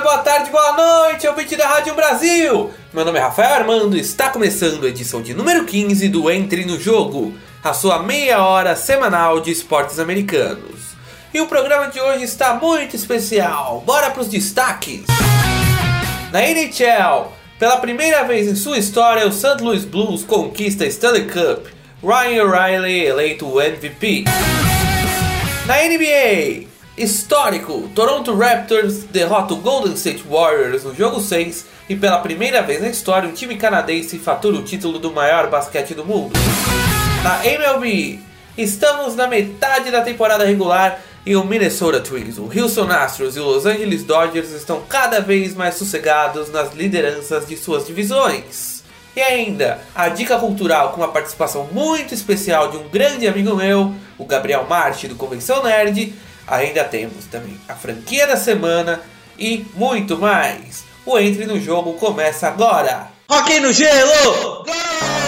boa tarde, boa noite, ouvinte da Rádio Brasil! Meu nome é Rafael Armando e está começando a edição de número 15 do Entre no Jogo, a sua meia hora semanal de esportes americanos. E o programa de hoje está muito especial, bora para os destaques! Na NHL, pela primeira vez em sua história, o St. Louis Blues conquista a Stanley Cup, Ryan O'Reilly eleito o MVP. Na NBA, histórico, Toronto Raptors derrota o Golden State Warriors no jogo 6 e pela primeira vez na história um time canadense fatura o título do maior basquete do mundo. Na MLB, estamos na metade da temporada regular e o Minnesota Twins, o Houston Astros e o Los Angeles Dodgers estão cada vez mais sossegados nas lideranças de suas divisões. E ainda, a dica cultural com uma participação muito especial de um grande amigo meu, o Gabriel Marchi do Convenção Nerd. Ainda temos também a franquia da semana e muito mais. O Entre no Jogo começa agora. Hóquei no gelo! Gol!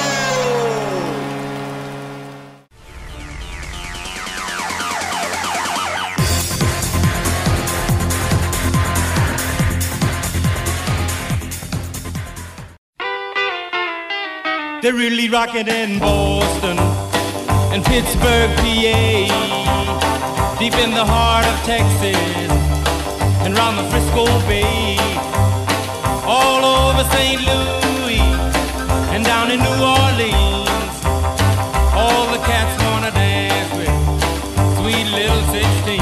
They're really rocking in Boston and Pittsburgh, PA, deep in the heart of Texas and round the Frisco Bay, all over St. Louis and down in New Orleans. All the cats wanna dance with sweet little 16,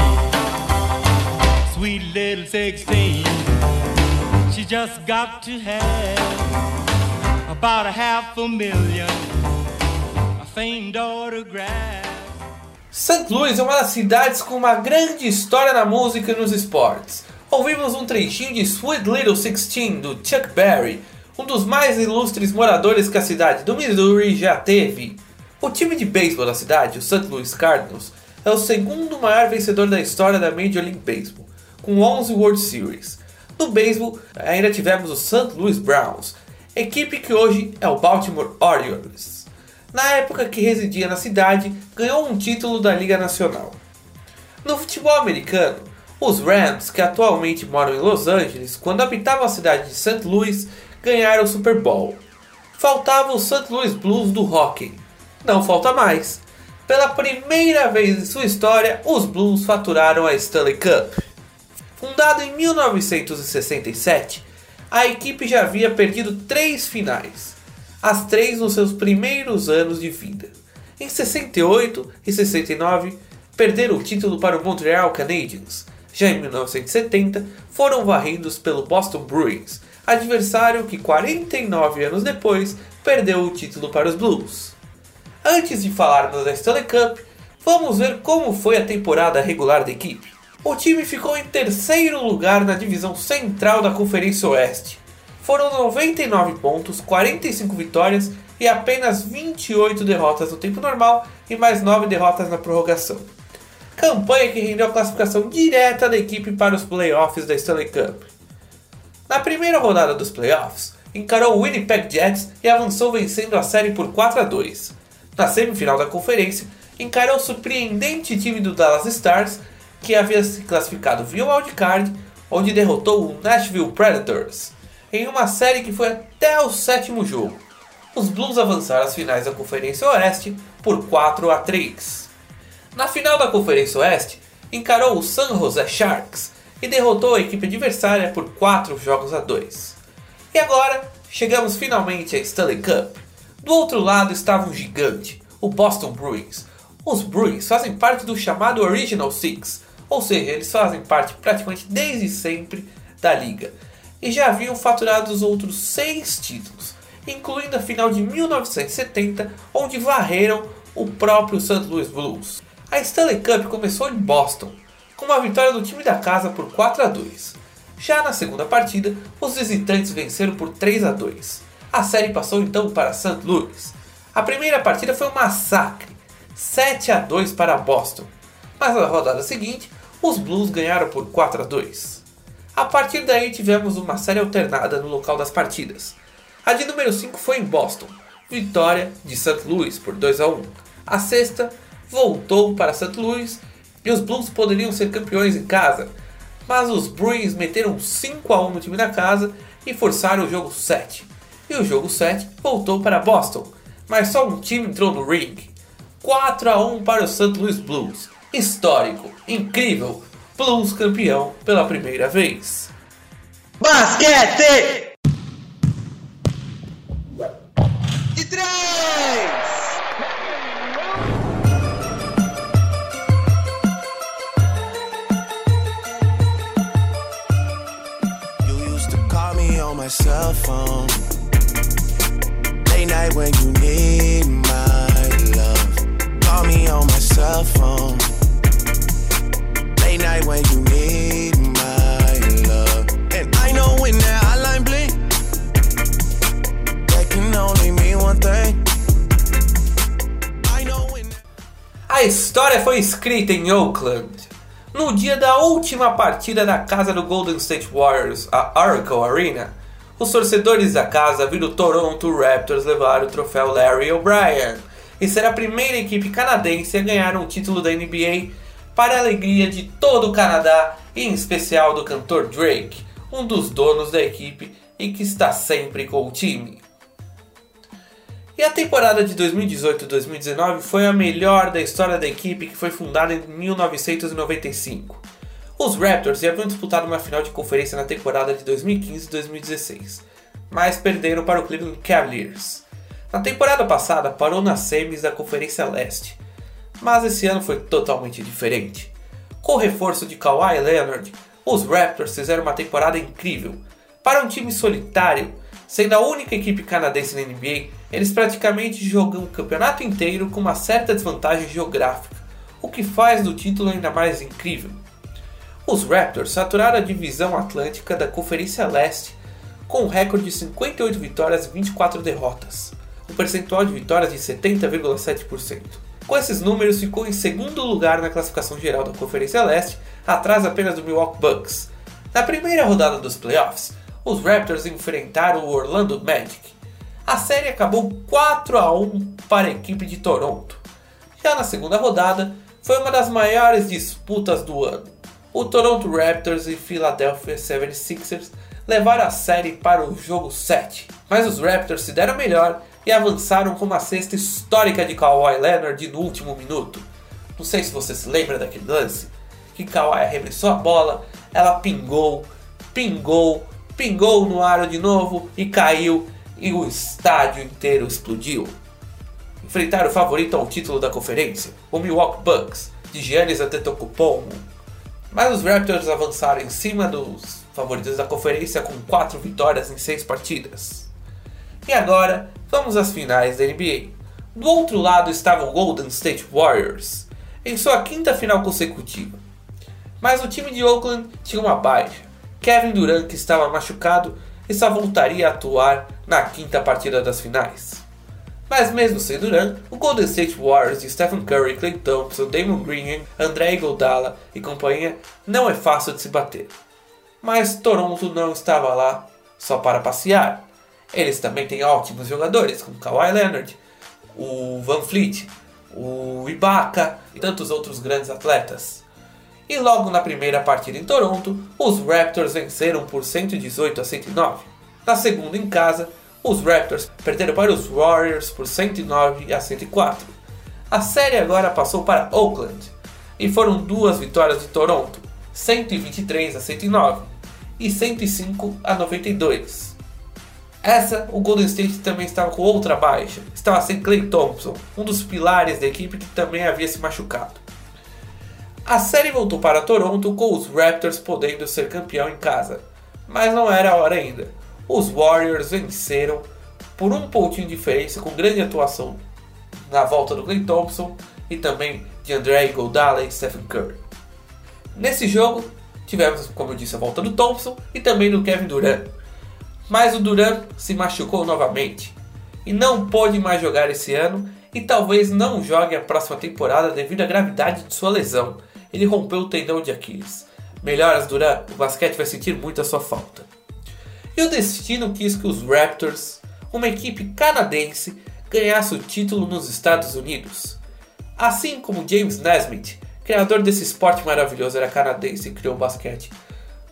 sweet little 16. She just got to have about $500,000, a famed autograph. St. Louis é uma das cidades com uma grande história na música e nos esportes. Ouvimos um trechinho de Sweet Little 16 do Chuck Berry, um dos mais ilustres moradores que a cidade do Missouri já teve. O time de beisebol da cidade, o St. Louis Cardinals, é o segundo maior vencedor da história da Major League Baseball, com 11 World Series. No beisebol, ainda tivemos o St. Louis Browns, equipe que hoje é o Baltimore Orioles. Na época que residia na cidade, ganhou um título da Liga Nacional. No futebol americano, os Rams, que atualmente moram em Los Angeles, quando habitavam a cidade de St. Louis, ganharam o Super Bowl. Faltava o St. Louis Blues do hockey. Não falta mais. Pela primeira vez em sua história, os Blues faturaram a Stanley Cup. Fundado em 1967, a equipe já havia perdido 3 finais, as 3 nos seus primeiros anos de vida. Em 68 e 69, perderam o título para o Montreal Canadiens. Já em 1970, foram varridos pelo Boston Bruins, adversário que 49 anos depois perdeu o título para os Blues. Antes de falarmos da Stanley Cup, vamos ver como foi a temporada regular da equipe. O time ficou em terceiro lugar na divisão central da Conferência Oeste. Foram 99 pontos, 45 vitórias e apenas 28 derrotas no tempo normal e mais 9 derrotas na prorrogação. Campanha que rendeu a classificação direta da equipe para os playoffs da Stanley Cup. Na primeira rodada dos playoffs, encarou o Winnipeg Jets e avançou vencendo a série por 4-2. Na semifinal da conferência, encarou o surpreendente time do Dallas Stars, que havia se classificado via wildcard, onde derrotou o Nashville Predators, em uma série que foi até o 7º jogo. Os Blues avançaram às finais da Conferência Oeste por 4-3. Na final da Conferência Oeste, encarou o San Jose Sharks e derrotou a equipe adversária por 4-2. E agora, chegamos finalmente à Stanley Cup. Do outro lado estava um gigante, o Boston Bruins. Os Bruins fazem parte do chamado Original Six, ou seja, eles fazem parte praticamente desde sempre da liga, e já haviam faturado os outros 6 títulos, incluindo a final de 1970, onde varreram o próprio St. Louis Blues. A Stanley Cup começou em Boston, com uma vitória do time da casa por 4-2. Já na segunda partida, os visitantes venceram por 3-2. A série passou então para St. Louis. A primeira partida foi um massacre, 7-2 para Boston, mas na rodada seguinte, os Blues ganharam por 4-2. A partir daí tivemos uma série alternada no local das partidas. A de número 5 foi em Boston, vitória de St. Louis por 2-1. A sexta voltou para St. Louis e os Blues poderiam ser campeões em casa, mas os Bruins meteram 5-1 no time da casa e forçaram o jogo 7. E o jogo 7 voltou para Boston, mas só um time entrou no ringue. 4-1 para o St. Louis Blues. Histórico, incrível, Blues campeão pela primeira vez. Basquete! E 3! You used to call me on my cell phone. Late night when you need my love. Call me on my cell phone. Late night when you need my love. And I know when that hotline blink, that can only mean one thing. I know when. A história foi escrita em Oakland. No dia da última partida da casa do Golden State Warriors, a Oracle Arena, os torcedores da casa viram o Toronto Raptors levar o troféu Larry O'Brien e ser a primeira equipe canadense a ganhar um título da NBA, para a alegria de todo o Canadá e em especial do cantor Drake, um dos donos da equipe e que está sempre com o time. E a temporada de 2018-2019 foi a melhor da história da equipe, que foi fundada em 1995. Os Raptors já haviam disputado uma final de conferência na temporada de 2015-2016, mas perderam para o Cleveland Cavaliers. Na temporada passada parou nas semis da Conferência Leste, mas esse ano foi totalmente diferente. Com o reforço de Kawhi Leonard, os Raptors fizeram uma temporada incrível. Para um time solitário, sendo a única equipe canadense na NBA, eles praticamente jogam o campeonato inteiro com uma certa desvantagem geográfica, o que faz do título ainda mais incrível. Os Raptors saturaram a divisão atlântica da Conferência Leste com um recorde de 58 vitórias e 24 derrotas, um percentual de vitórias de 70,7%. Com esses números, ficou em segundo lugar na classificação geral da Conferência Leste, atrás apenas do Milwaukee Bucks. Na primeira rodada dos playoffs, os Raptors enfrentaram o Orlando Magic. A série acabou 4-1 para a equipe de Toronto. Já na segunda rodada, foi uma das maiores disputas do ano. O Toronto Raptors e Philadelphia 76ers levaram a série para o jogo 7, mas os Raptors se deram melhor e avançaram com uma cesta histórica de Kawhi Leonard no último minuto. Não sei se você se lembra daquele lance, que Kawhi arremessou a bola, ela pingou no aro de novo e caiu, e o estádio inteiro explodiu. Enfrentaram o favorito ao título da conferência, o Milwaukee Bucks, de Giannis Antetokounmpo. Mas os Raptors avançaram em cima dos favoritos da conferência com 4 vitórias em 6 partidas. E agora, vamos às finais da NBA. Do outro lado estava o Golden State Warriors, em sua 5ª final consecutiva. Mas o time de Oakland tinha uma baixa, Kevin Durant, que estava machucado e só voltaria a atuar na 5ª partida das finais. Mas mesmo sem Durant, o Golden State Warriors de Stephen Curry, Klay Thompson, Draymond Green, André Iguodala e companhia não é fácil de se bater. Mas Toronto não estava lá só para passear. Eles também têm ótimos jogadores, como Kawhi Leonard, o Van Fleet, o Ibaka e tantos outros grandes atletas. E logo na primeira partida em Toronto, os Raptors venceram por 118-109. Na segunda em casa, os Raptors perderam para os Warriors por 109-104. A série agora passou para Oakland e foram 2 vitórias de Toronto, 123-109 e 105-92. O Golden State também estava com outra baixa, estava sem Klay Thompson, um dos pilares da equipe que também havia se machucado. A série voltou para Toronto com os Raptors podendo ser campeão em casa, mas não era a hora ainda. Os Warriors venceram por 1 pontinho de diferença, com grande atuação na volta do Klay Thompson e também de André Iguodala e Stephen Curry. Nesse jogo tivemos, como eu disse, a volta do Thompson e também do Kevin Durant, mas o Durant se machucou novamente e não pôde mais jogar esse ano e talvez não jogue a próxima temporada devido à gravidade de sua lesão. Ele rompeu o tendão de Aquiles. Melhoras, Durant, o basquete vai sentir muito a sua falta. E o destino quis que os Raptors, uma equipe canadense, ganhasse o título nos Estados Unidos. Assim como James Naismith, criador desse esporte maravilhoso, era canadense e criou o basquete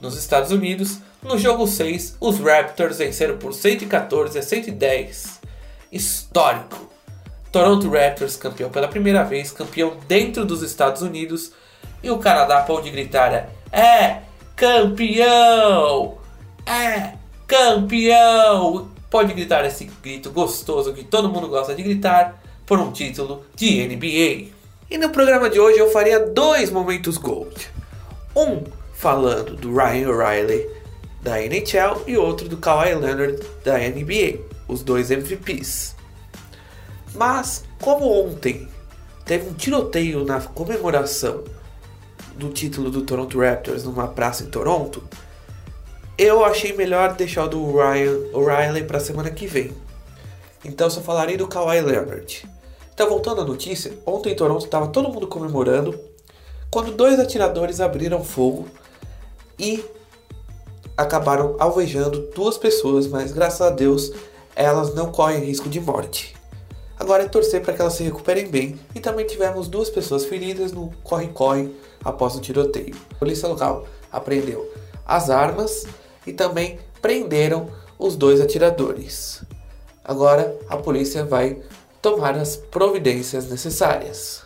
Nos Estados Unidos, no jogo 6, os Raptors venceram por 114-110. Histórico! Toronto Raptors campeão pela primeira vez, campeão dentro dos Estados Unidos, e o Canadá pode gritar: é campeão! É campeão! Pode gritar esse grito gostoso que todo mundo gosta de gritar por um título de NBA. E no programa de hoje eu faria 2 momentos GOAT. Um falando do Ryan O'Reilly da NHL e outro do Kawhi Leonard da NBA, os 2 MVPs. Mas como ontem teve um tiroteio na comemoração do título do Toronto Raptors numa praça em Toronto, eu achei melhor deixar o do Ryan O'Reilly para a semana que vem. Então só falarei do Kawhi Leonard. Então, voltando à notícia, ontem em Toronto estava todo mundo comemorando quando 2 atiradores abriram fogo e acabaram alvejando 2 pessoas, mas graças a Deus elas não correm risco de morte. Agora é torcer para que elas se recuperem bem, e também tivemos 2 pessoas feridas no corre-corre após o tiroteio. A polícia local apreendeu as armas e também prenderam os 2 atiradores. Agora a polícia vai tomar as providências necessárias.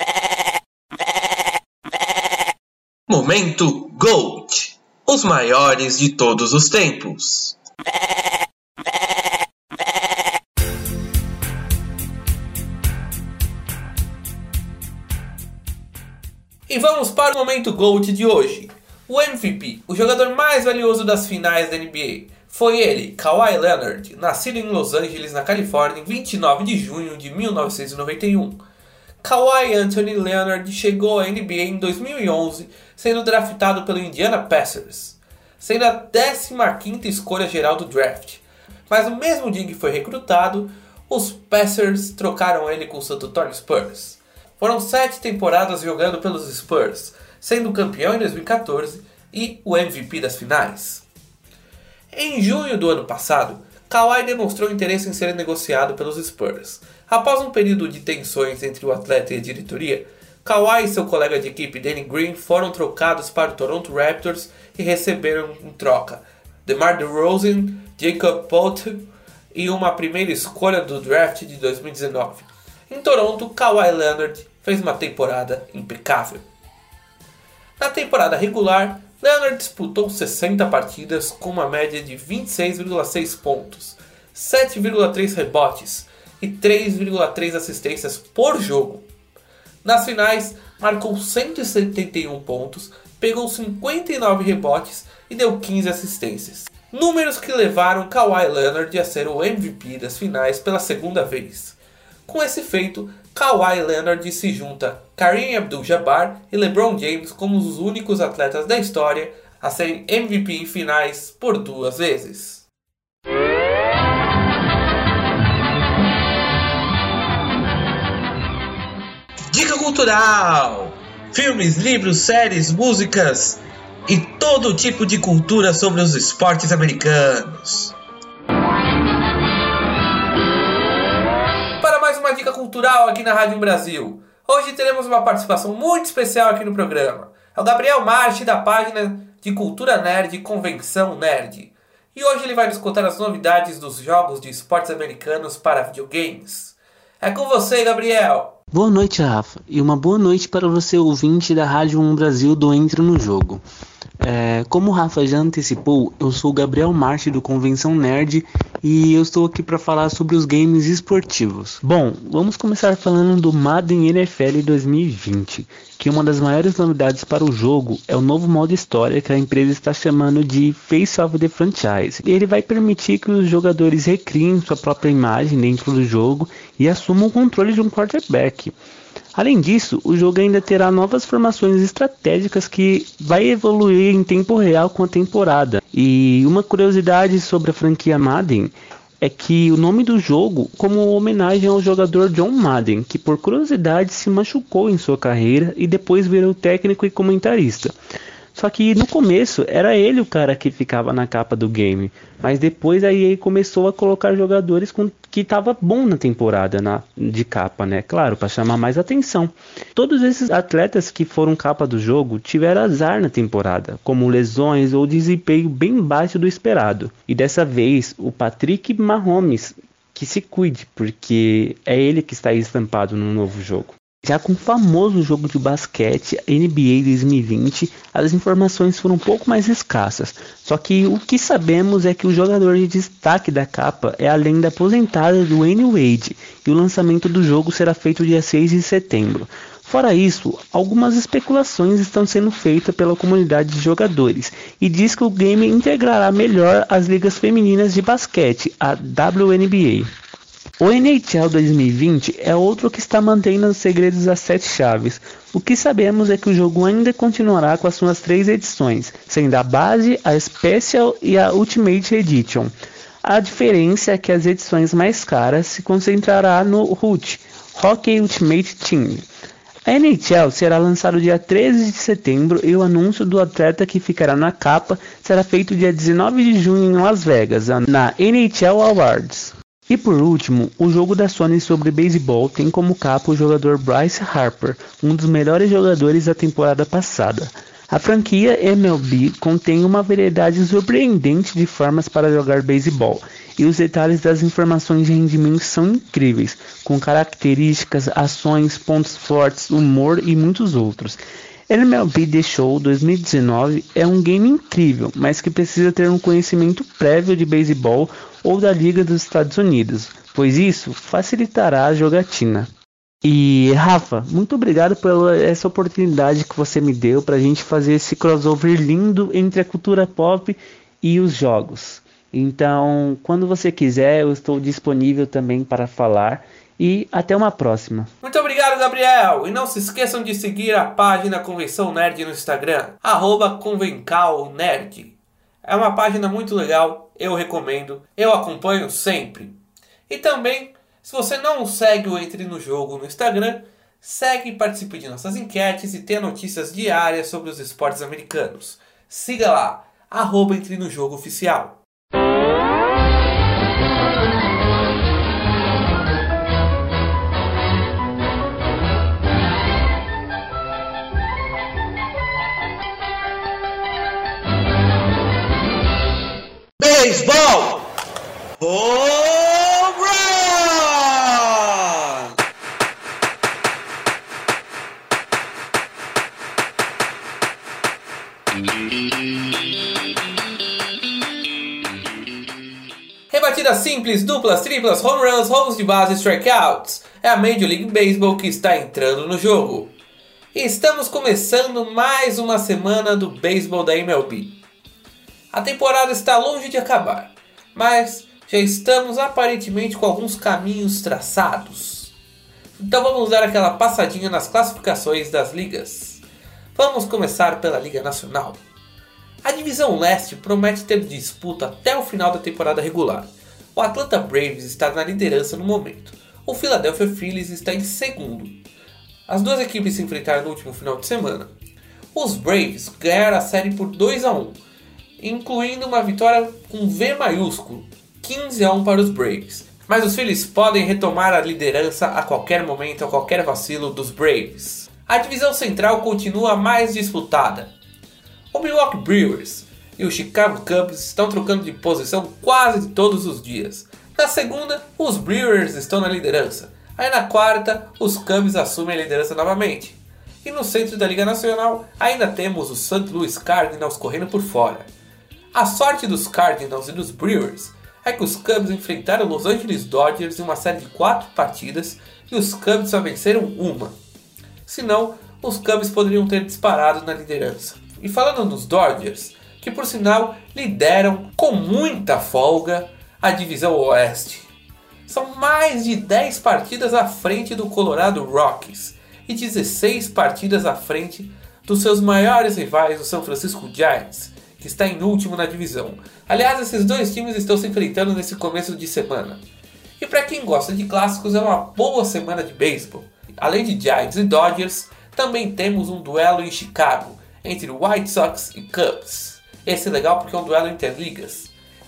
Momento GOAT, os maiores de todos os tempos. E vamos para o momento GOAT de hoje. O MVP, o jogador mais valioso das finais da NBA, foi ele, Kawhi Leonard, nascido em Los Angeles, na Califórnia, em 29 de junho de 1991. Kawhi Anthony Leonard chegou à NBA em 2011, sendo draftado pelo Indiana Pacers, sendo a 15ª escolha geral do draft. Mas no mesmo dia em que foi recrutado, os Pacers trocaram ele com o San Antonio Spurs. Foram 7 temporadas jogando pelos Spurs, sendo campeão em 2014 e o MVP das finais. Em junho do ano passado, Kawhi demonstrou interesse em ser negociado pelos Spurs. Após um período de tensões entre o atleta e a diretoria, Kawhi e seu colega de equipe Danny Green foram trocados para o Toronto Raptors e receberam em troca DeMar DeRozan, Jakob Poeltl e uma primeira escolha do draft de 2019. Em Toronto, Kawhi Leonard fez uma temporada impecável. Na temporada regular, Leonard disputou 60 partidas com uma média de 26,6 pontos, 7,3 rebotes e 3,3 assistências por jogo. Nas finais, marcou 171 pontos, pegou 59 rebotes e deu 15 assistências. Números que levaram Kawhi Leonard a ser o MVP das finais pela segunda vez. Com esse feito, Kawhi Leonard se junta a Kareem Abdul-Jabbar e LeBron James como os únicos atletas da história a serem MVP em finais por 2 vezes. Dica cultural! Filmes, livros, séries, músicas e todo tipo de cultura sobre os esportes americanos. Para mais uma dica cultural aqui na Rádio Brasil. Hoje teremos uma participação muito especial aqui no programa. É o Gabriel Marchi, da página de Cultura Nerd Convenção Nerd. E hoje ele vai nos contar as novidades dos jogos de esportes americanos para videogames. É com você, Gabriel! Boa noite, Rafa, e uma boa noite para você, ouvinte da Rádio 1 Brasil do Entra no Jogo. Como o Rafa já antecipou, eu sou o Gabriel Marchi do Convenção Nerd e eu estou aqui para falar sobre os games esportivos. Bom, vamos começar falando do Madden NFL 2020, que uma das maiores novidades para o jogo é o novo modo história que a empresa está chamando de Face of the Franchise. Ele vai permitir que os jogadores recriem sua própria imagem dentro do jogo e assumam o controle de um quarterback. Além disso, o jogo ainda terá novas formações estratégicas que vai evoluir em tempo real com a temporada. E uma curiosidade sobre a franquia Madden é que o nome do jogo como homenagem ao jogador John Madden, que por curiosidade se machucou em sua carreira e depois virou técnico e comentarista. Só que no começo era ele o cara que ficava na capa do game, mas depois a EA começou a colocar jogadores que estava bom na temporada de capa, né? Claro, para chamar mais atenção. Todos esses atletas que foram capa do jogo tiveram azar na temporada, como lesões ou desempenho bem baixo do esperado. E dessa vez, o Patrick Mahomes, que se cuide, porque é ele que está estampado no novo jogo. Já com o famoso jogo de basquete NBA 2020, as informações foram um pouco mais escassas. Só que o que sabemos é que o jogador de destaque da capa é a lenda aposentada do Dwyane Wade, e o lançamento do jogo será feito dia 6 de setembro. Fora isso, algumas especulações estão sendo feitas pela comunidade de jogadores, e diz que o game integrará melhor as ligas femininas de basquete, a WNBA. O NHL 2020 é outro que está mantendo os segredos às 7 chaves. O que sabemos é que o jogo ainda continuará com as suas 3 edições, sendo a base, a Special e a Ultimate Edition. A diferença é que as edições mais caras se concentrará no HUT, Hockey Ultimate Team. A NHL será lançado dia 13 de setembro e o anúncio do atleta que ficará na capa será feito dia 19 de junho em Las Vegas, na NHL Awards. E por último, o jogo da Sony sobre beisebol tem como capa o jogador Bryce Harper, um dos melhores jogadores da temporada passada. A franquia MLB contém uma variedade surpreendente de formas para jogar beisebol, e os detalhes das informações de rendimento são incríveis, com características, ações, pontos fortes, humor e muitos outros. MLB The Show 2019 é um game incrível, mas que precisa ter um conhecimento prévio de beisebol ou da Liga dos Estados Unidos, pois isso facilitará a jogatina. E Rafa, muito obrigado por essa oportunidade que você me deu para a gente fazer esse crossover lindo entre a cultura pop e os jogos. Então, quando você quiser, eu estou disponível também para falar. E até uma próxima. Muito obrigado, Gabriel! E não se esqueçam de seguir a página Convenção Nerd no Instagram, @ConvenCalNerd. É uma página muito legal, eu recomendo, eu acompanho sempre. E também, se você não segue o Entre no Jogo no Instagram, segue e participe de nossas enquetes e tenha notícias diárias sobre os esportes americanos. Siga lá, @Entre no Jogo Oficial. Baseball! Home run! Rebatidas simples, duplas, triplas, home runs, roubos de base e strikeouts. É a Major League Baseball que está entrando no jogo. E estamos começando mais uma semana do beisebol da MLB. A temporada está longe de acabar, mas já estamos aparentemente com alguns caminhos traçados. Então vamos dar aquela passadinha nas classificações das ligas. Vamos começar pela Liga Nacional. A divisão leste promete ter disputa até o final da temporada regular. O Atlanta Braves está na liderança no momento. O Philadelphia Phillies está em segundo. As duas equipes se enfrentaram no último final de semana. Os Braves ganharam a série por 2-1. Incluindo uma vitória com V maiúsculo, 15-1 para os Braves. Mas os Phillies podem retomar a liderança a qualquer momento, a qualquer vacilo dos Braves. A divisão central continua mais disputada. O Milwaukee Brewers e o Chicago Cubs estão trocando de posição quase todos os dias. Na segunda, os Brewers estão na liderança. Aí na quarta, os Cubs assumem a liderança novamente. E no centro da Liga Nacional, ainda temos os St. Louis Cardinals correndo por fora. A sorte dos Cardinals e dos Brewers é que os Cubs enfrentaram os Los Angeles Dodgers em uma série de 4 partidas e os Cubs só venceram uma. Senão, os Cubs poderiam ter disparado na liderança. E falando nos Dodgers, que por sinal lideram com muita folga a divisão oeste. São mais de 10 partidas à frente do Colorado Rockies e 16 partidas à frente dos seus maiores rivais, o San Francisco Giants, que está em último na divisão. Aliás, esses dois times estão se enfrentando nesse começo de semana. E para quem gosta de clássicos, é uma boa semana de beisebol. Além de Giants e Dodgers, também temos um duelo em Chicago, entre White Sox e Cubs. Esse é legal porque é um duelo interligas.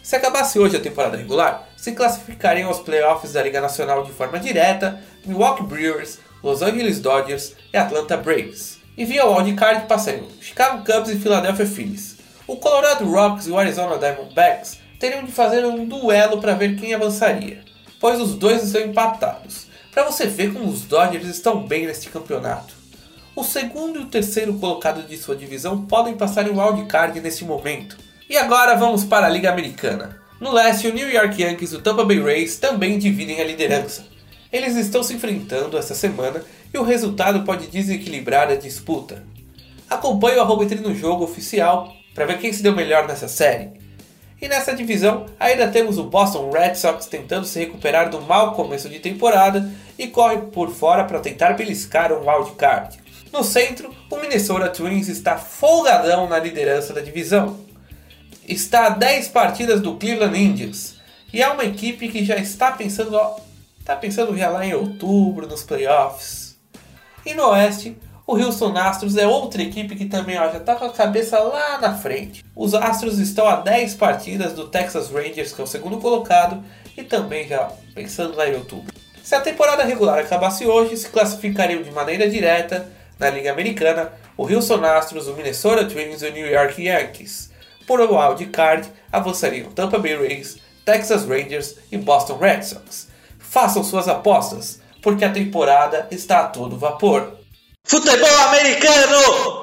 Se acabasse hoje a temporada regular, se classificariam aos playoffs da Liga Nacional de forma direta Milwaukee Brewers, Los Angeles Dodgers e Atlanta Braves. E via wildcard passariam Chicago Cubs e Philadelphia Phillies. O Colorado Rocks e o Arizona Diamondbacks teriam de fazer um duelo para ver quem avançaria, pois os dois estão empatados, para você ver como os Dodgers estão bem neste campeonato. O segundo e o terceiro colocado de sua divisão podem passar em wildcard neste momento. E agora vamos para a Liga Americana. No leste, o New York Yankees e o Tampa Bay Rays também dividem a liderança. Eles estão se enfrentando esta semana e o resultado pode desequilibrar a disputa. Acompanhe o @Entre no Jogo oficial para ver quem se deu melhor nessa série. E nessa divisão, ainda temos o Boston Red Sox tentando se recuperar do mau começo de temporada e corre por fora para tentar beliscar um wildcard. No centro, o Minnesota Twins está folgadão na liderança da divisão. Está a 10 partidas do Cleveland Indians e é uma equipe que já está pensando já lá em outubro nos playoffs. E no oeste, o Houston Astros é outra equipe que também já está com a cabeça lá na frente. Os Astros estão a 10 partidas do Texas Rangers, que é o segundo colocado, e também já pensando lá em outubro. Se a temporada regular acabasse hoje, se classificariam de maneira direta na Liga Americana o Houston Astros, o Minnesota Twins e o New York Yankees. Por um wildcard, avançariam Tampa Bay Rays, Texas Rangers e Boston Red Sox. Façam suas apostas, porque a temporada está a todo vapor. Futebol americano!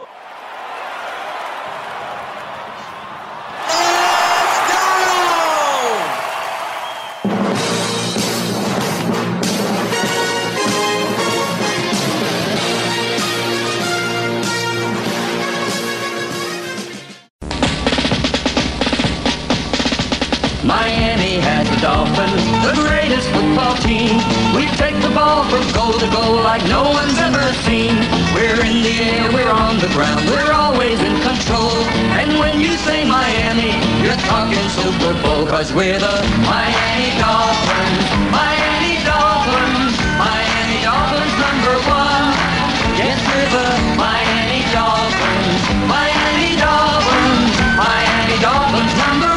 Miami has the Dolphins, the greatest football team. We take the ball from goal to goal like no one's ever seen. We're in the air, we're on the ground, we're always in control. And when you say Miami, you're talking Super Bowl, 'cause we're the Miami Dolphins, Miami Dolphins, Miami Dolphins #1. Yes, we're the Miami Dolphins, Miami Dolphins, Miami Dolphins #1.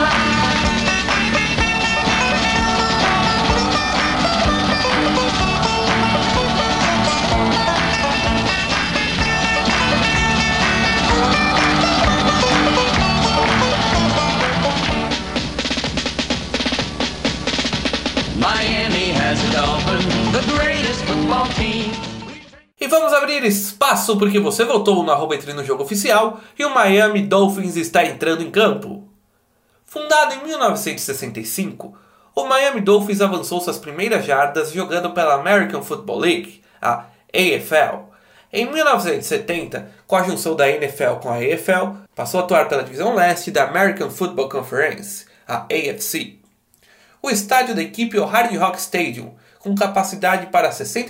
E vamos abrir espaço porque você votou no @Entre no Jogo oficial e o Miami Dolphins está entrando em campo. Fundado em 1965, o Miami Dolphins avançou suas primeiras jardas jogando pela American Football League, a AFL. Em 1970, com a junção da NFL com a AFL, passou a atuar pela divisão leste da American Football Conference, a AFC. O estádio da equipe é o Hard Rock Stadium, com capacidade para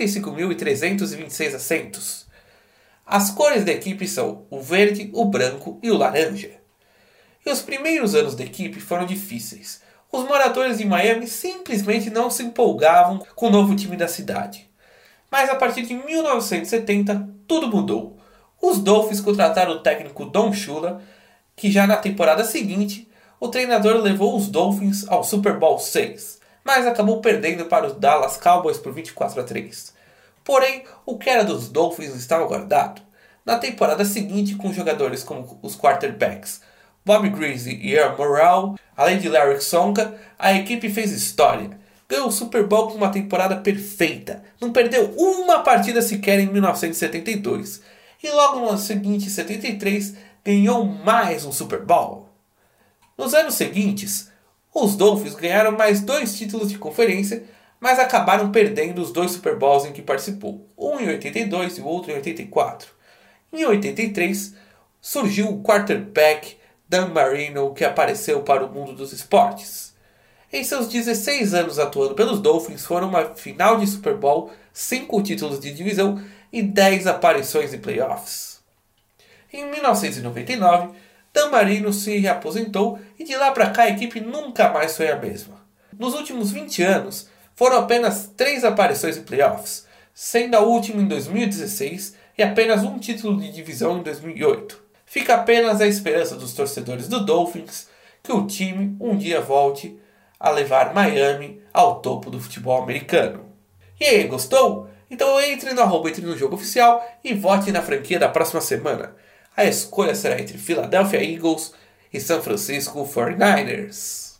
65.326 assentos. As cores da equipe são o verde, o branco e o laranja. E os primeiros anos da equipe foram difíceis. Os moradores de Miami simplesmente não se empolgavam com o novo time da cidade. Mas a partir de 1970, tudo mudou. Os Dolphins contrataram o técnico Don Shula, que já na temporada seguinte, o treinador levou os Dolphins ao Super Bowl VI, mas acabou perdendo para os Dallas Cowboys por 24-3. Porém, o que era dos Dolphins estava guardado. Na temporada seguinte, com jogadores como os quarterbacks Bobby Griese e Earl Morrall, além de Larry Tsonga, a equipe fez história. Ganhou o Super Bowl com uma temporada perfeita. Não perdeu uma partida sequer em 1972. E logo no ano seguinte, em 73, ganhou mais um Super Bowl. Nos anos seguintes, os Dolphins ganharam mais 2 títulos de conferência, mas acabaram perdendo os 2 Super Bowls em que participou, um em 82 e o outro em 84. Em 83, surgiu o quarterback Dan Marino, que apareceu para o mundo dos esportes. Em seus 16 anos atuando pelos Dolphins, foram uma final de Super Bowl, 5 títulos de divisão e 10 aparições em playoffs. Em 1999, Dan Marino se aposentou e de lá para cá a equipe nunca mais foi a mesma. Nos últimos 20 anos, foram apenas 3 aparições em playoffs, sendo a última em 2016 e apenas um título de divisão em 2008. Fica apenas a esperança dos torcedores do Dolphins que o time um dia volte a levar Miami ao topo do futebol americano. E aí, gostou? Então entre no @entre no jogo oficial e vote na franquia da próxima semana. A escolha será entre Philadelphia Eagles e San Francisco 49ers.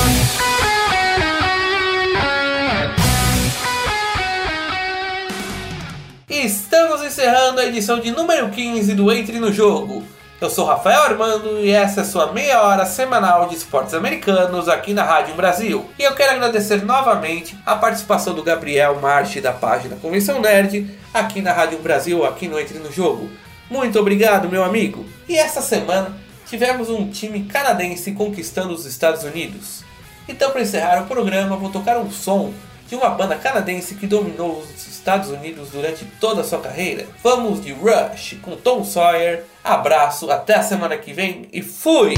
E estamos encerrando a edição de número 15 do Entre no Jogo. Eu sou Rafael Armando e essa é a sua meia hora semanal de esportes americanos aqui na Rádio Brasil. E eu quero agradecer novamente a participação do Gabriel Marchi da página Convenção Nerd aqui na Rádio Brasil, aqui no Entre no Jogo. Muito obrigado, meu amigo! E essa semana tivemos um time canadense conquistando os Estados Unidos. Então, para encerrar o programa, vou tocar um som de uma banda canadense que dominou os Estados Unidos durante toda a sua carreira. Vamos de Rush com Tom Sawyer. Abraço, até a semana que vem e fui!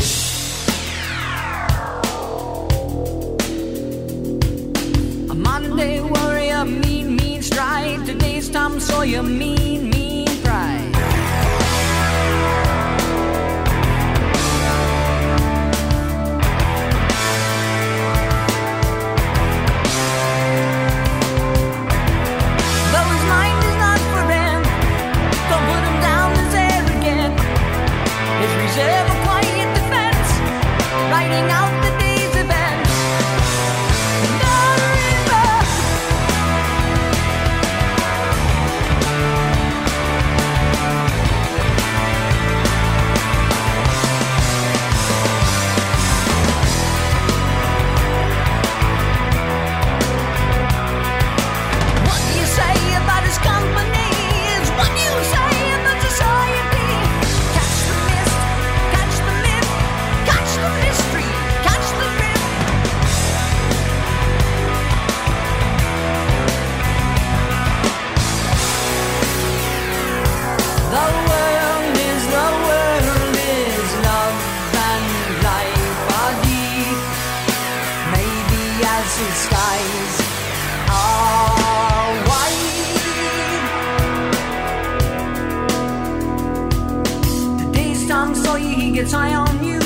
A modern day warrior, mean stride. Today's Tom Sawyer, mean pride. Skies are white. Today's Tom Sawyer, he gets high on you.